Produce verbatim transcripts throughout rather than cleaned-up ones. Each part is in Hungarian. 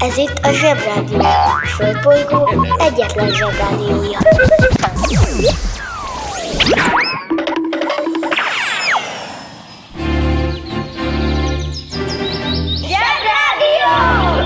Ez itt a Zsebrádió, a Földbolygó egyetlen Zsebrádiója. Zsebrádió!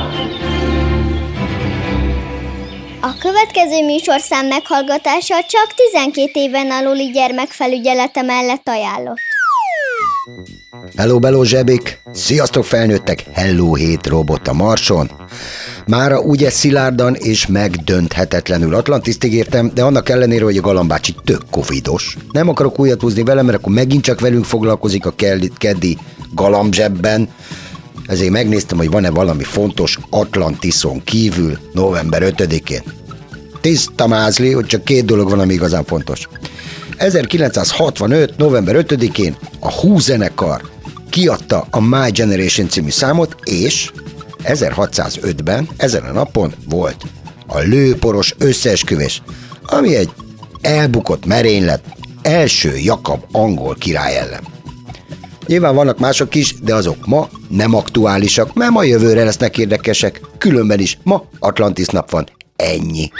A következő műsorszám meghallgatása csak tizenkét éven aluli gyermekfelügyelete mellett ajánlott. Hello, bello, zsebik! Sziasztok, felnőttek! Hello, hét robot a Marson! Mára ugye szilárdan és megdönthetetlenül Atlantiszt ígértem, de annak ellenére, hogy a galambácsi tök covidos. Nem akarok újat húzni vele, mert akkor megint csak velünk foglalkozik a keddi galambzsebben. Ezért megnéztem, hogy van-e valami fontos Atlantiszon kívül november ötödikén. Tiszta mázli, hogy csak két dolog van, ami igazán fontos. ezerkilencszázhatvanöt. november ötödikén a Who zenekar kiadta a My Generation című számot, és ezerhatszázötben ezen a napon volt a lőporos összeesküvés, ami egy elbukott merénylet első Jakab angol király ellen. Nyilván vannak mások is, de azok ma nem aktuálisak, mert ma jövőre lesznek érdekesek, különben is ma Atlantis nap van, ennyi.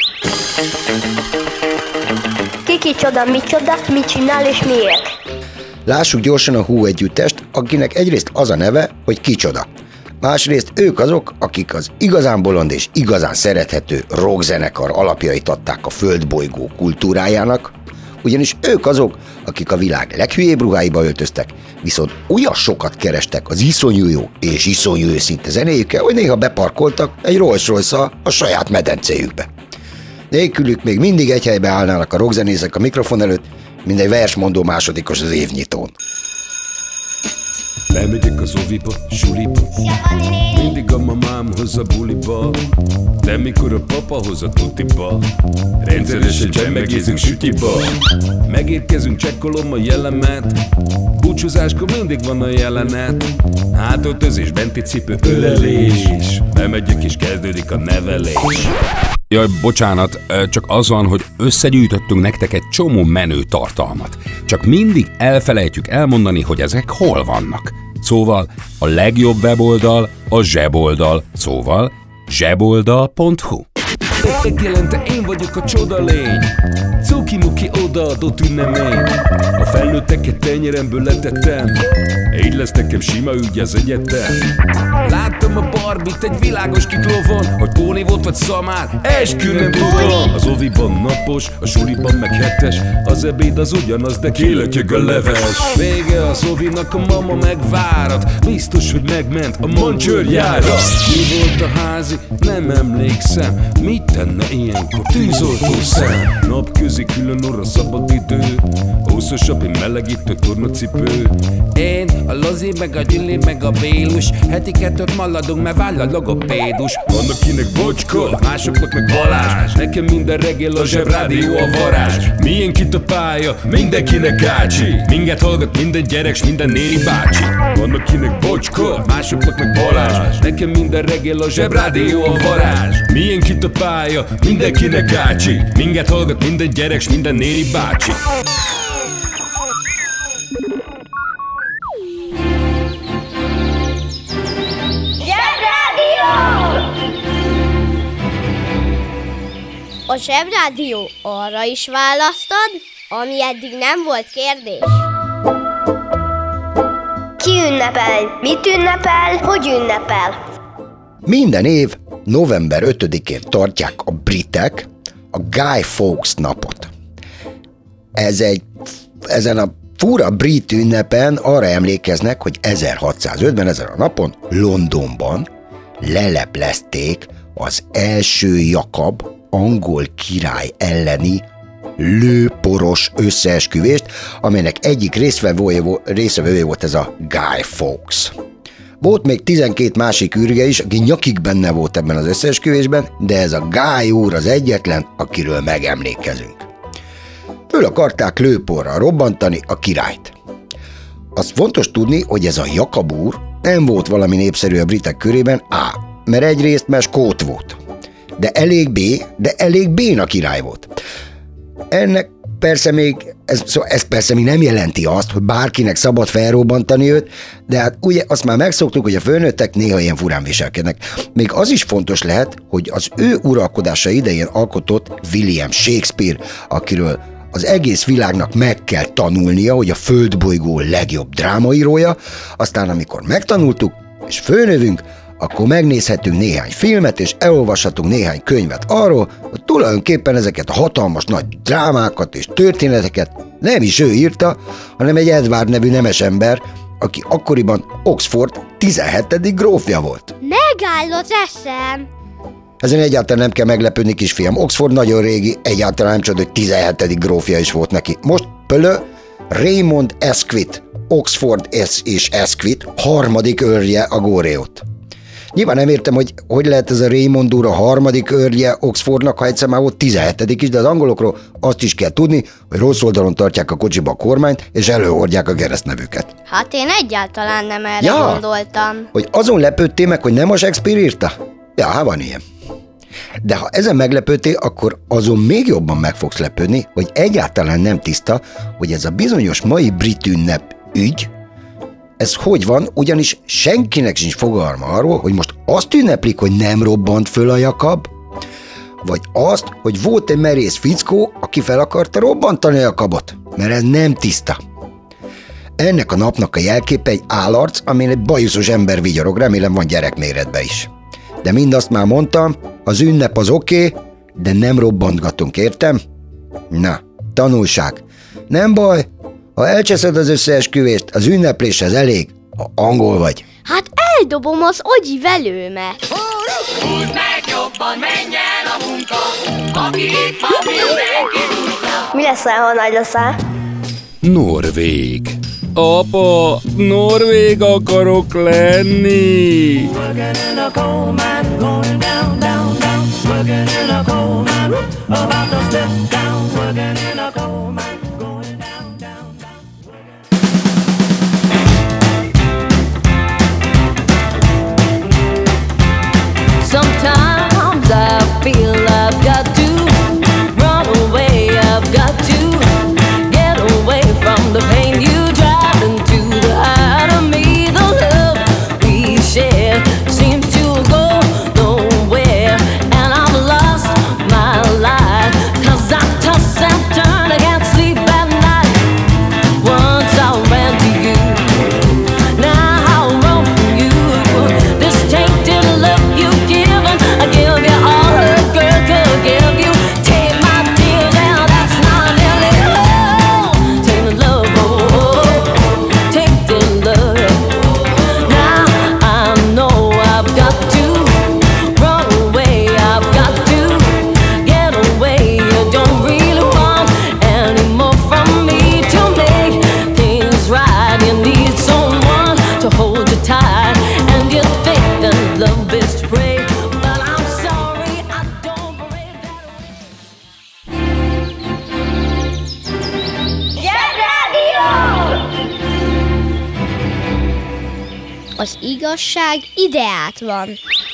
Ki kicsoda, micsoda, mit csinál és miért? Lássuk gyorsan a Who együttest, akinek egyrészt az a neve, hogy kicsoda. Másrészt ők azok, akik az igazán bolond és igazán szerethető rockzenekar alapjait adták a földbolygó kultúrájának, ugyanis ők azok, akik a világ leghülyébb ruháiba öltöztek, viszont olyan sokat kerestek az iszonyú jó és iszonyú őszinte zenéjükkel, hogy néha beparkoltak egy Rolls-Royce-szal a saját medencéjükbe. Nélkülük még mindig egy helyben állnának a rockzenészek a mikrofon előtt, mint egy versmondó másodikos az évnyitón. Lemegyek az oviba, suliba, mindig a mamám hoz a buliba, de mikor a papa hoz a tutiba, rendszeresen csemmegézünk sütiba. Megérkezünk, csekkolom a jellemet, búcsúzáskor mindig van a jelenet, hátöltözés, benti cipő, ölelés, bemegyek és kezdődik a nevelés. Jaj, bocsánat, csak az van, hogy összegyűjtöttünk nektek egy csomó menő tartalmat. Csak mindig elfelejtjük elmondani, hogy ezek hol vannak. Szóval a legjobb weboldal a zseboldal, szóval zseboldal pont hu. Megjelente én vagyok a csoda lény, cuki-muki odaadott ünnemény. A felnőtteket tenyeremből letettem, így lesz nekem sima ügy az egyetem. Láttam a Barbit egy világos kiklovon, hogy Póni volt vagy szamár, eskü nem tudom. Az oviban napos, a suliban meg hetes, az ebéd az ugyanaz, de kilötyög a leves. Vége az ovinak, a mama megvárat, biztos, hogy megment a mancsőrjára. Mi volt a házi? Nem emlékszem, mit tenne ilyenkor tűzoltó szem? Napközi külön orra szabad idő, húszosabb, én melegítő tornacipő. Én, a Lozi, meg a Gyüli, meg a Bélus, heti kettőt maladunk, mert váll a logopédus. Van akinek Bocska, másoknak meg Balázs, nekem minden reggel a Zsebrádió a varázs. Milyen kit a pálya, mindenkinek ácsi, minket hallgat minden gyerek, s minden néri bácsi. Van akinek Bocska, másoknak meg Balázs, nekem minden reggel a Zsebrádió a varázs. Milyen kit a pálya, mindenkinek ácsi, minket hallgat minden gyerek, s minden néri bácsi. A Zsebrádió arra is választad, ami eddig nem volt kérdés. Ki ünnepel? Mit ünnepel? Hogy ünnepel? Minden év november ötödikén tartják a britek a Guy Fawkes napot. Ez egy, ezen a fura brit ünnepen arra emlékeznek, hogy ezerhatszázötben ezen a napon Londonban leleplezték az első Jakab angol király elleni lőporos összeesküvést, amelynek egyik résztvevője volt ez a Guy Fawkes. Volt még tizenkét másik ürge is, aki nyakig benne volt ebben az összeesküvésben, de ez a Guy úr az egyetlen, akiről megemlékezünk. Föl akarták lőporral robbantani a királyt. Azt fontos tudni, hogy ez a Jakab úr nem volt valami népszerű a britek körében, A. mert egyrészt mert skót volt, de elég B, de elég béna király volt. Ennek persze még, ez, szóval ez persze még nem jelenti azt, hogy bárkinek szabad felrobbantani őt, de hát ugye azt már megszoktuk, hogy a fölnőttek néha ilyen furán viselkednek. Még az is fontos lehet, hogy az ő uralkodása idején alkotott William Shakespeare, akiről az egész világnak meg kell tanulnia, hogy a földbolygó legjobb drámaírója, aztán amikor megtanultuk, és fölnövünk, akkor megnézhetünk néhány filmet, és elolvashatunk néhány könyvet arról, hogy tulajdonképpen ezeket a hatalmas nagy drámákat és történeteket nem is ő írta, hanem egy Edward nevű nemes ember, aki akkoriban Oxford tizenhetedik grófja volt. Megáll az eszem! Ezen egyáltalán nem kell meglepődni, kisfiam. Oxford nagyon régi, egyáltalán nem csoda, hogy tizenhetedik grófja is volt neki. Most pölö Raymond Asquith, Oxford és Asquith harmadik őrje a Góréot. Nyilván nem értem, hogy hogy lehet ez a Raymond úr a harmadik őrje Oxfordnak, ha egyszer már volt tizenhetedik is, de az angolokról azt is kell tudni, hogy rossz oldalon tartják a kocsiba a kormányt, és előhordják a keresztnevüket. Hát én egyáltalán nem erre Ja, gondoltam. Hogy azon lepődtél meg, hogy nem a Shakespeare írta? Ja, hát van ilyen. De ha ezen meglepődtél, akkor azon még jobban meg fogsz lepődni, hogy egyáltalán nem tiszta, hogy ez a bizonyos mai brit ünnep ügy, ez hogy van, ugyanis senkinek sincs fogalma arról, hogy most azt ünneplik, hogy nem robbant föl a Jakab, vagy azt, hogy volt egy merész fickó, aki fel akarta robbantani a Jakabot, mert ez nem tiszta. Ennek a napnak a jelképe egy állarc, amin egy bajuszos ember vigyorog, remélem van gyerekméretben is. De mindazt már mondtam, az ünnep az oké, okay, de nem robbantgatunk, értem? Na, tanulság. Nem baj, ha elcseszed az összeesküvést, az ünnepléshez elég, ha angol vagy. Hát eldobom az ogyi velőmet. Húzd meg jobban, menj el a munka, aki itt van, mindenki húzza. Mi leszel, ha nagy leszel? Norvég. Apa, norvég akarok lenni. Working in a coal mine, going down, down, down. Working in a coal mine, about to step down. Working in a coal mine, going down, down, down. Sometimes I feel I've got to run away, I've got to get away from the pain you drive into the heart of me. The love we share seems to go nowhere, and I've lost my life, 'cause I toss and turn, I can't sleep at night. Once I ran to you, now I run from you. This tainted love you've given, I give you all a girl could give you. Take my tears, now that's not nearly love. Take the love, oh, oh, take the love. Now I know I've got to run away, I've got to get away. You don't really want any more from me to make things right. You need someone to hold you tight, and you think that love is to pray, but I'm sorry, I don't believe that. Az igazság ideát van.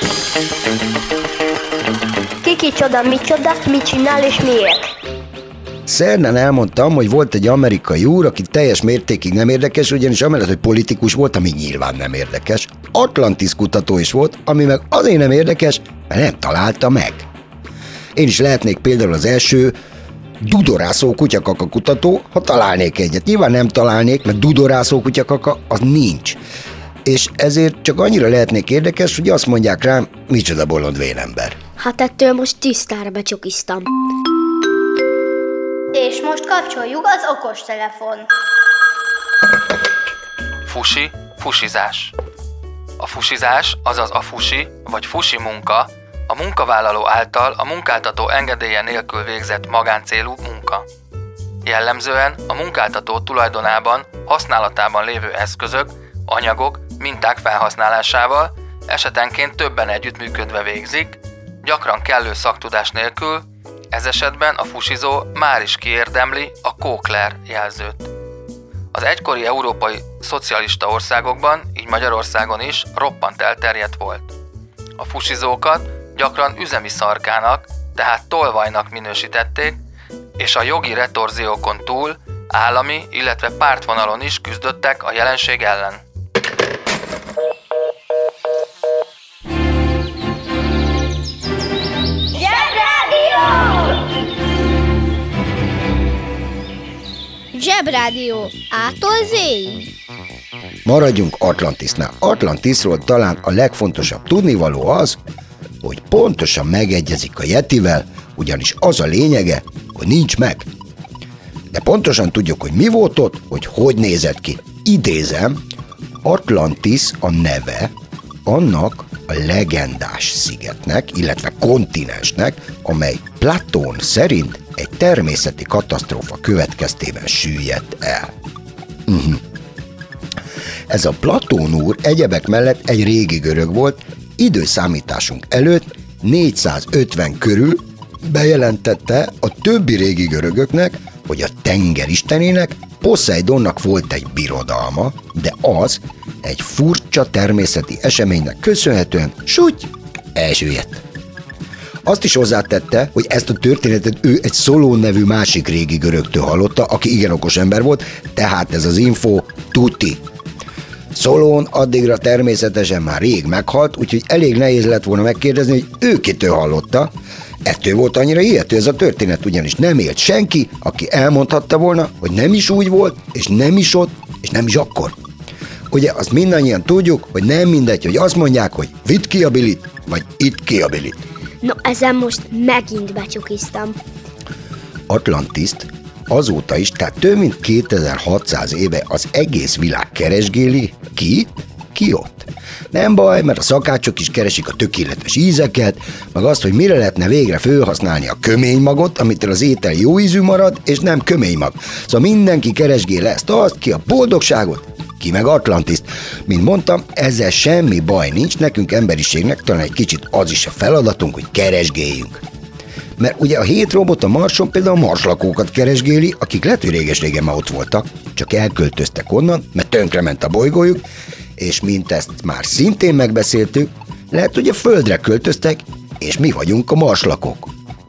Ki kicsoda, micsoda, mit csinál és miért? Szerdán elmondtam, hogy volt egy amerikai úr, aki teljes mértékig nem érdekes, ugyanis amellett, hogy politikus volt, ami nyilván nem érdekes, Atlantis kutató is volt, ami meg azért nem érdekes, mert nem találta meg. Én is lehetnék például az első dudorászó kutyakaka kutató, ha találnék egyet. Nyilván nem találnék, mert dudorászó kutyakaka az nincs. És ezért csak annyira lehetnék érdekes, hogy azt mondják rám, micsoda bolond vénember. Hát ettől most tisztára becsokiztam. És most kapcsoljuk az okostelefon. Fusi, fusizás. A fusizás, azaz a fusi vagy fusi munka a munkavállaló által a munkáltató engedélye nélkül végzett magáncélú munka. Jellemzően a munkáltató tulajdonában, használatában lévő eszközök, anyagok, minták felhasználásával, esetenként többen együttműködve végzik, gyakran kellő szaktudás nélkül, ez esetben a fusizó már is kiérdemli a Kókler jelzőt. Az egykori európai szocialista országokban, így Magyarországon is roppant elterjedt volt. A fusizókat gyakran üzemi szarkának, tehát tolvajnak minősítették, és a jogi retorziókon túl állami, illetve pártvonalon is küzdöttek a jelenség ellen. Zsebrádió A-tól Z-ig. Maradjunk Atlantisnál. Atlantisról talán a legfontosabb tudnivaló az, hogy pontosan megegyezik a Yetivel, ugyanis az a lényege, hogy nincs meg. De pontosan tudjuk, hogy mi volt ott, hogy hogy nézett ki. Idézem, Atlantis a neve annak a legendás szigetnek, illetve kontinensnek, amely Platón szerint egy természeti katasztrófa következtében süllyedt el. Uh-huh. Ez a Platón úr egyebek mellett egy régi görög volt, időszámításunk előtt négyszázötven körül bejelentette a többi régi görögöknek, hogy a tenger istenének, Poszeidonnak volt egy birodalma, de az egy furcsa természeti eseménynek köszönhetően súgy elsüllyedt. Azt is hozzátette, hogy ezt a történetet ő egy Szolón nevű másik régi görögtől hallotta, aki igen okos ember volt, tehát ez az info tuti. Szolón addigra természetesen már rég meghalt, úgyhogy elég nehéz lett volna megkérdezni, hogy ő kitől hallotta. Ettől volt annyira hihető ez a történet, ugyanis nem élt senki, aki elmondhatta volna, hogy nem is úgy volt, és nem is ott, és nem is akkor. Ugye azt mindannyian tudjuk, hogy nem mindegy, hogy azt mondják, hogy vidd ki a bilit, vagy itt ki a bilit. No, ezen most megint becsukiztam. Atlantiszt azóta is, tehát több mint kétezer-hatszáz éve az egész világ keresgéli, ki, ki ott. Nem baj, mert a szakácsok is keresik a tökéletes ízeket, meg azt, hogy mire lehetne végre felhasználni a köménymagot, amitől az étel jó ízű marad, és nem köménymag. Szóval mindenki keresgél ezt, azt, ki a boldogságot, ki meg Atlantiszt. Mint mondtam, ezzel semmi baj nincs, nekünk emberiségnek talán egy kicsit az is a feladatunk, hogy keresgéljünk. Mert ugye a hét robot a Marson például a marslakókat keresgéli, akik lehet, hogy réges-régen már ott voltak, csak elköltöztek onnan, mert tönkrement a bolygójuk, és mint ezt már szintén megbeszéltük, lehet, hogy a Földre költöztek, és mi vagyunk a marslakók.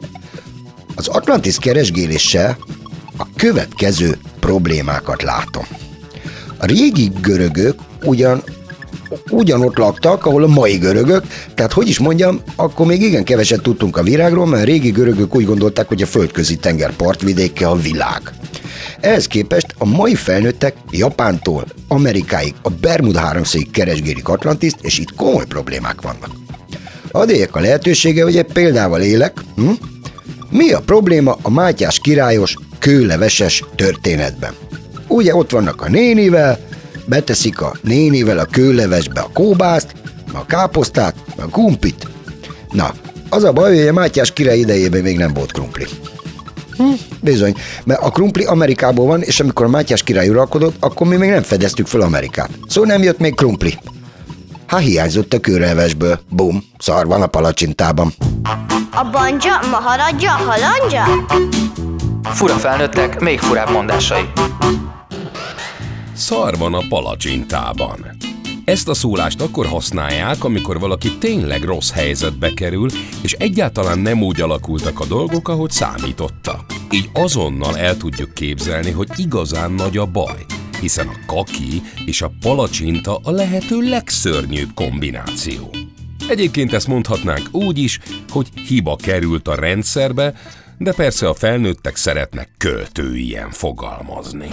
Az Atlantis keresgéléssel a következő problémákat látom. A régi görögök ugyan ugyanott laktak, ahol a mai görögök, tehát hogy is mondjam, akkor még igen keveset tudtunk a virágról, mert a régi görögök úgy gondolták, hogy a földközi tenger partvidéke a világ. Ehhez képest a mai felnőttek Japántól Amerikáig, a Bermuda háromszögig keresgélik Atlantiszt, és itt komoly problémák vannak. Hadd éljek a lehetősége, hogy egy példával élek. Hm? Mi a probléma a Mátyás királyos kőleveses történetben? Ugye ott vannak a nénivel, beteszik a nénivel a kőlevesbe a kóbászt, a káposztát, a krumplit. Na, az a baj, hogy a Mátyás király idejében még nem volt krumpli. Hm, bizony, mert a krumpli Amerikából van, és amikor a Mátyás király uralkodott, akkor mi még nem fedeztük fel Amerikát. Szóval nem jött még krumpli. Ha hiányzott a kőlevesből, bum, szar van a palacsintában. A banja, maharadja, halandja? Fura felnőttek, még furább mondásai. Szar van a palacsintában. Ezt a szólást akkor használják, amikor valaki tényleg rossz helyzetbe kerül, és egyáltalán nem úgy alakultak a dolgok, ahogy számította. Így azonnal el tudjuk képzelni, hogy igazán nagy a baj, hiszen a kaki és a palacsinta a lehető legszörnyűbb kombináció. Egyébként ezt mondhatnánk úgy is, hogy hiba került a rendszerbe, de persze a felnőttek szeretnek költőien fogalmazni.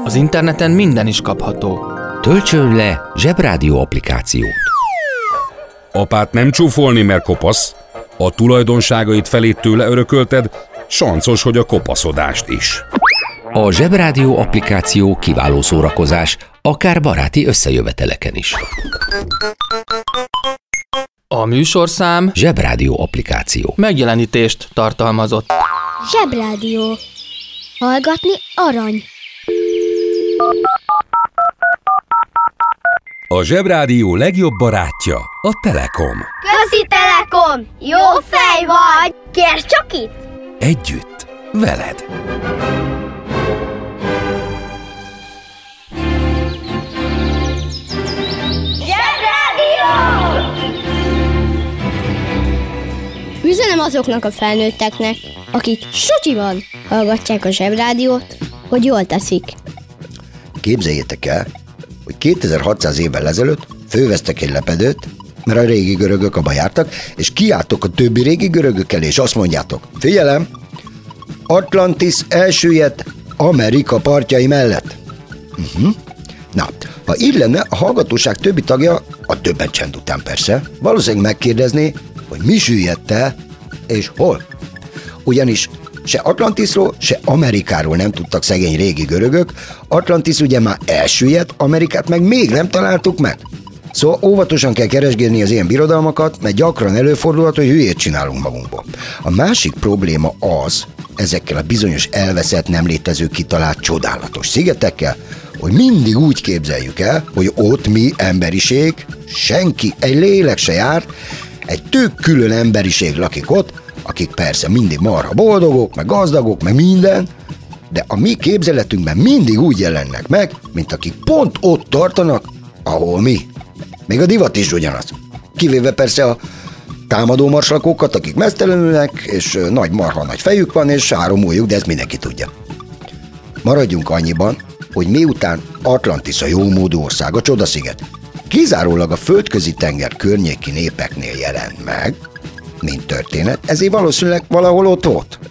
Az interneten minden is kapható. Töltsön le Zsebrádió applikációt. Apát nem csúfolni, mert kopasz. A tulajdonságait felét tőle örökölted, sancos, hogy a kopaszodást is. A Zsebrádió applikáció kiváló szórakozás, akár baráti összejöveteleken is. A műsorszám Zsebrádió applikáció megjelenítést tartalmazott. Zsebrádió. Hallgatni arany. A Zsebrádió legjobb barátja a Telekom. Közi Telekom! Jó fej vagy! Kérd csak itt! Együtt, veled. Zsebrádió! Üzenem azoknak a felnőtteknek, akik sutyiban hallgatják a Zsebrádiót, hogy jól teszik. Képzeljétek el, hogy kétezer-hatszáz évvel ezelőtt fölvesztek egy lepedőt, mert a régi görögök abba jártak, és kiálltok a többi régi görögök elé, és azt mondjátok, figyelem, Atlantis elsüllyedt Amerika partjai mellett. Uh-huh. Na, ha így lenne, a hallgatóság többi tagja, a többen csend után persze, valószínűleg megkérdezné, hogy mi süllyedt el, és hol. Ugyanis se Atlantisról, se Amerikáról nem tudtak szegény régi görögök, Atlantis ugye már elsüllyedt, Amerikát meg még nem találtuk meg. Szóval óvatosan kell keresgélni az ilyen birodalmakat, mert gyakran előfordulhat, hogy hülyét csinálunk magunkból. A másik probléma az, ezekkel a bizonyos elveszett, nem létező, kitalált csodálatos szigetekkel, hogy mindig úgy képzeljük el, hogy ott mi emberiség, senki, egy lélek se járt, egy tök külön emberiség lakik ott, akik persze mindig marha boldogok, meg gazdagok, meg minden, de a mi képzeletünkben mindig úgy jelennek meg, mint akik pont ott tartanak, ahol mi. Még a divat is ugyanaz. Kivéve persze a támadó marslakókat, akik meztelenülnek, és nagy marha nagy fejük van, és három ujjuk, de ezt mindenki tudja. Maradjunk annyiban, hogy miután Atlantis a jómódú ország, a csodasziget, kizárólag a földközi tenger környéki népeknél jelent meg, mint történet, ezért valószínűleg valahol ott volt.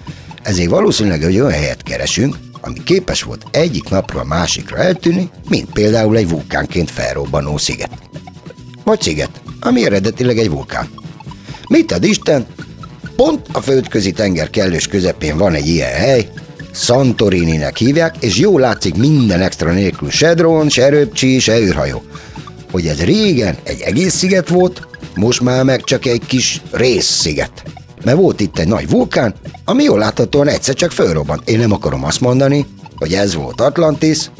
Ezért valószínűleg egy olyan helyet keresünk, ami képes volt egyik napról a másikra eltűnni, mint például egy vulkánként felrobbanó sziget. Vagy sziget, ami eredetileg egy vulkán. Mit ad Isten? Pont a földközi tenger kellős közepén van egy ilyen hely, Santorininek hívják, és jól látszik minden extra nélkül se drón, se röpcsi, se űrhajó. Hogy ez régen egy egész sziget volt, most már meg csak egy kis részsziget. Mert volt itt egy nagy vulkán, ami jól láthatóan egyszer csak fölrobbant. Én nem akarom azt mondani, hogy ez volt Atlantis,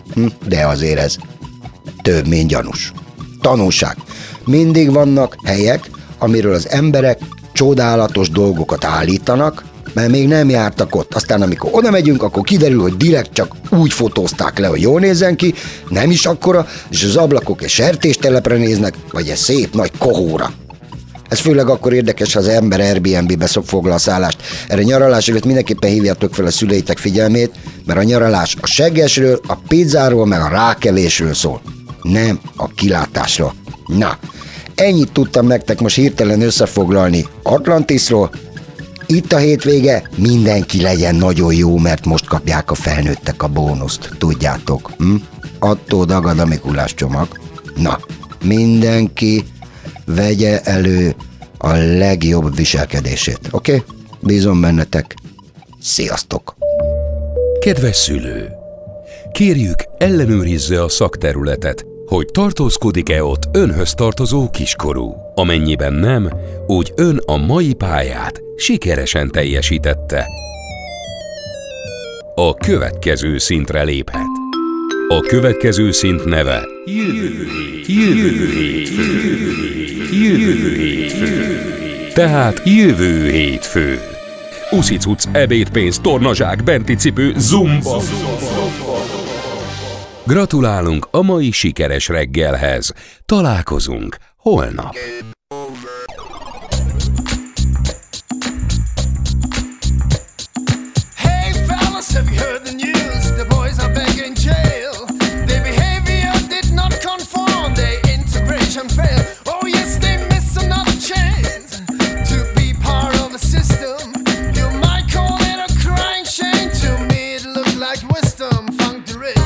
de azért ez több, mint gyanús. Tanulság. Mindig vannak helyek, amiről az emberek csodálatos dolgokat állítanak, mert még nem jártak ott. Aztán amikor oda megyünk, akkor kiderül, hogy direkt csak úgy fotózták le, hogy jól nézzen ki, nem is akkora, és az ablakok egy sertéstelepre néznek, vagy egy szép nagy kohóra. Ez főleg akkor érdekes, ha az ember Airbnb-be szok foglal szállást. Erre nyaralás előtt mindenképpen hívjátok fel a szüleitek figyelmét, mert a nyaralás a seggesről, a pizzáról, meg a rákelésről szól. Nem a kilátásról. Na, ennyit tudtam nektek most hirtelen összefoglalni Atlantisról. Itt a hétvége, mindenki legyen nagyon jó, mert most kapják a felnőttek a bónuszt, tudjátok. Hm? Attól dagad a Mikulás csomag. Na, mindenki vegye elő a legjobb viselkedését, oké? Okay? Bízom bennetek. Sziasztok! Kedves szülő! Kérjük, ellenőrizze a szakterületet, hogy tartózkodik-e ott önhöz tartozó kiskorú. Amennyiben nem, úgy ön a mai pályát sikeresen teljesítette. A következő szintre léphet. A következő szint neve Jövő Jövő hétfő. Jövő hétfő. Tehát jövő hétfő. Uszicuc, ebédpénz, tornazsák, benti cipő, zumba. Gratulálunk a mai sikeres reggelhez. Találkozunk holnap. Hey fellas, have you heard the news? The boys are back in jail. Their behavior did not conform, their integration failed. Oh yes, they miss another chance to be part of a system. You might call it a crying shame, to me it looked like wisdom, funk the rhythm.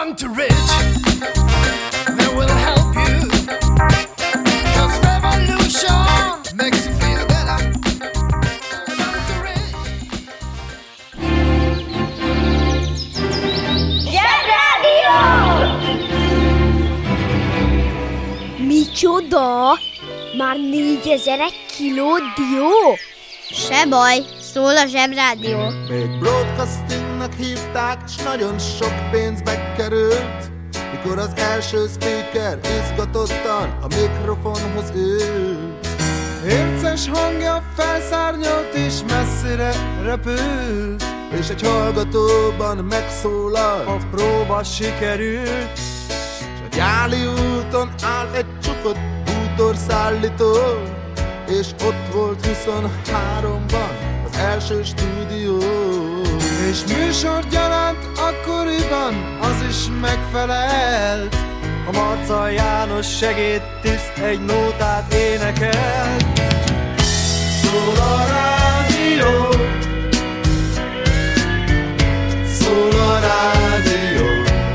want to reach, they will help you. Cause revolution makes you feel better. Want to reach. Zsebrádió! Micsoda? Már négyezer kiló dió? Se baj, szól a Zsebrádió. Még broadcastingnak hívták, s nagyon sok pénzbe került, mikor az első speaker izgatottan a mikrofonhoz ült. Érces hangja felszárnyolt és messzire repült, és egy hallgatóban megszólalt, a próba sikerült. S a Gyáli úton állt egy csukott bútorszállító, és ott volt huszonháromban az első stúdió. És műsor gyaránt akkoriban az is megfelelt, a Marca János segédtiszt egy nótát énekelt. Szól a rádió, szól a rádió,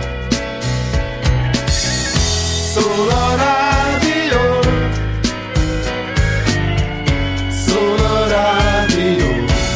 szól a rádió, szól a rádió.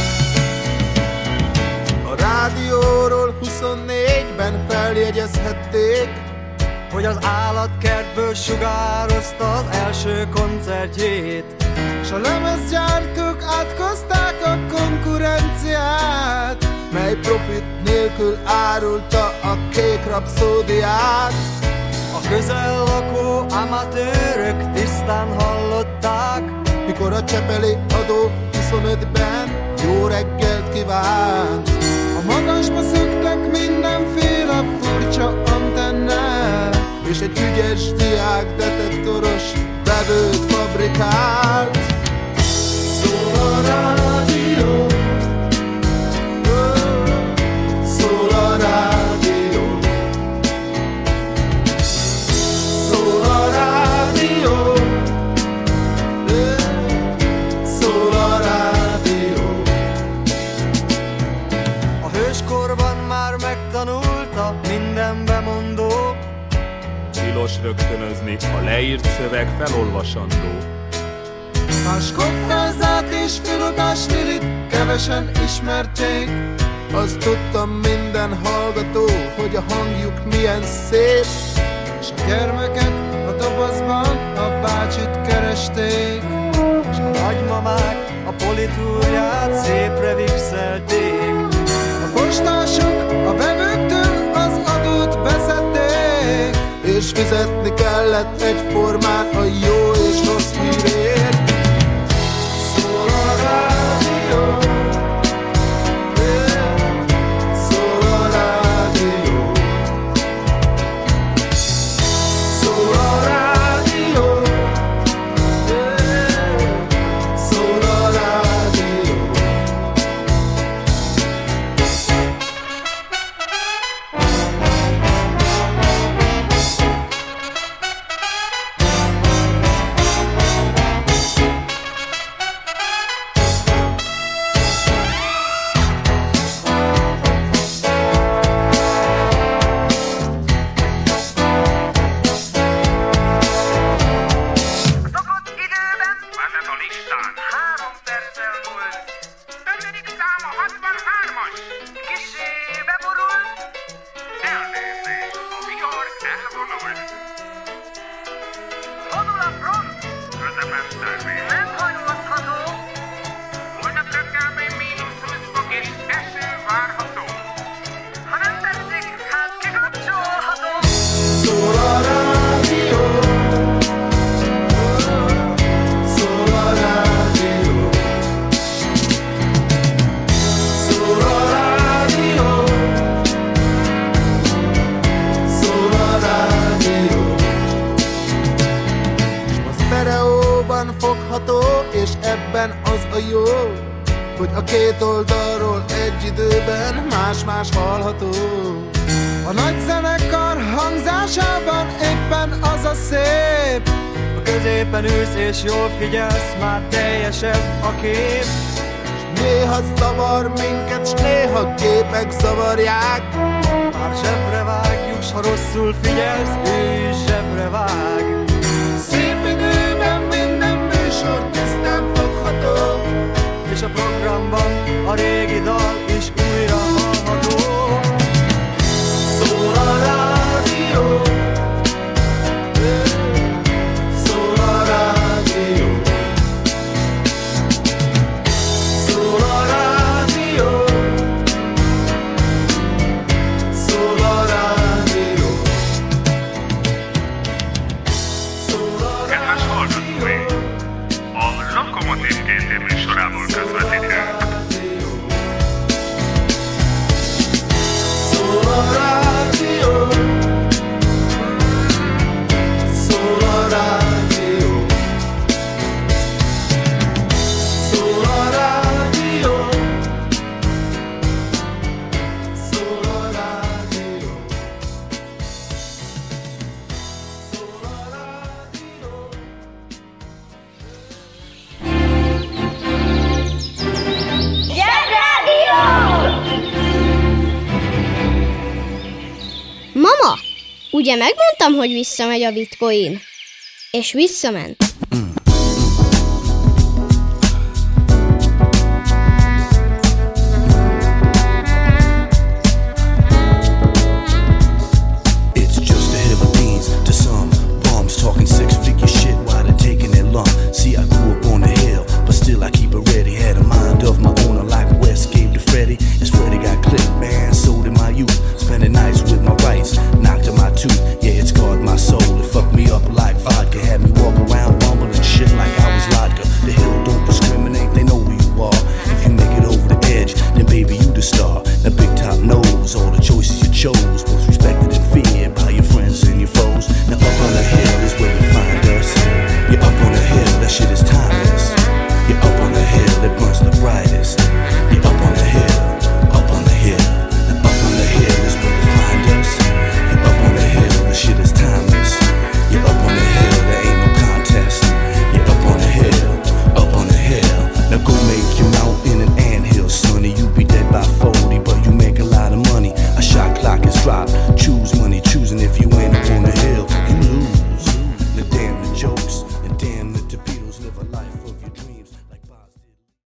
A rádióról huszonnégyben feljegyezhették, hogy az állatkertből sugározta az első koncertjét, s a lemezgyártók átkozták a konkurenciát, mely profit nélkül árulta a kék rapszódiát. A közel lakó amatőrök tisztán hallották, mikor a Csepeli adó huszonötben jó reggelt kívánt. A magasba szöktek mindenféle furcsa antennák, és egy ügyes diák detektoros vevőt fabrikált. Szól a rádió, szól a rádió, szól a rádió, szól a rádió. A hőskorban már megtanulta minden bemondó, tilos rögtönözni, a leírt szöveg felolvasandó. Más kockázát és filogás Lilit kevesen ismerték, azt tudtam minden hallgató, hogy a hangjuk milyen szép. És a gyermekek a dobozban a bácsit keresték, és a nagymamák a politúrját szépre vixelték. A postások a vevőktől az adót beszedték, és fizetni kellett egyformán a jó és rossz hírért. Szól a rádió, szól a rádió, szól a rádió, szól a rádió. Hogy a két oldalról egy időben más-más hallható. A nagy zenekar hangzásában éppen az a szép, a középen ülsz és jól figyelsz, már teljesebb a kép. S néha zavar minket, s néha képek zavarják. Már zsebre vágjuk, s ha rosszul figyelsz, ő is zsebre vág. Szép időben minden műsor tisztán fogható, és a programban a régi dal is újra hallható. Szól a rádió, szól a rádió, szól a rádió, szól a rádió, szól a Kedves hallgatói! A Lokomotív gé té műsorából közvetítünk. Szól a rádió, szól a rádió, szól a rádió, szól a rádió, szól a rádió. Mama, ugye megmondtam, hogy visszamegy a bitcoin? És visszament.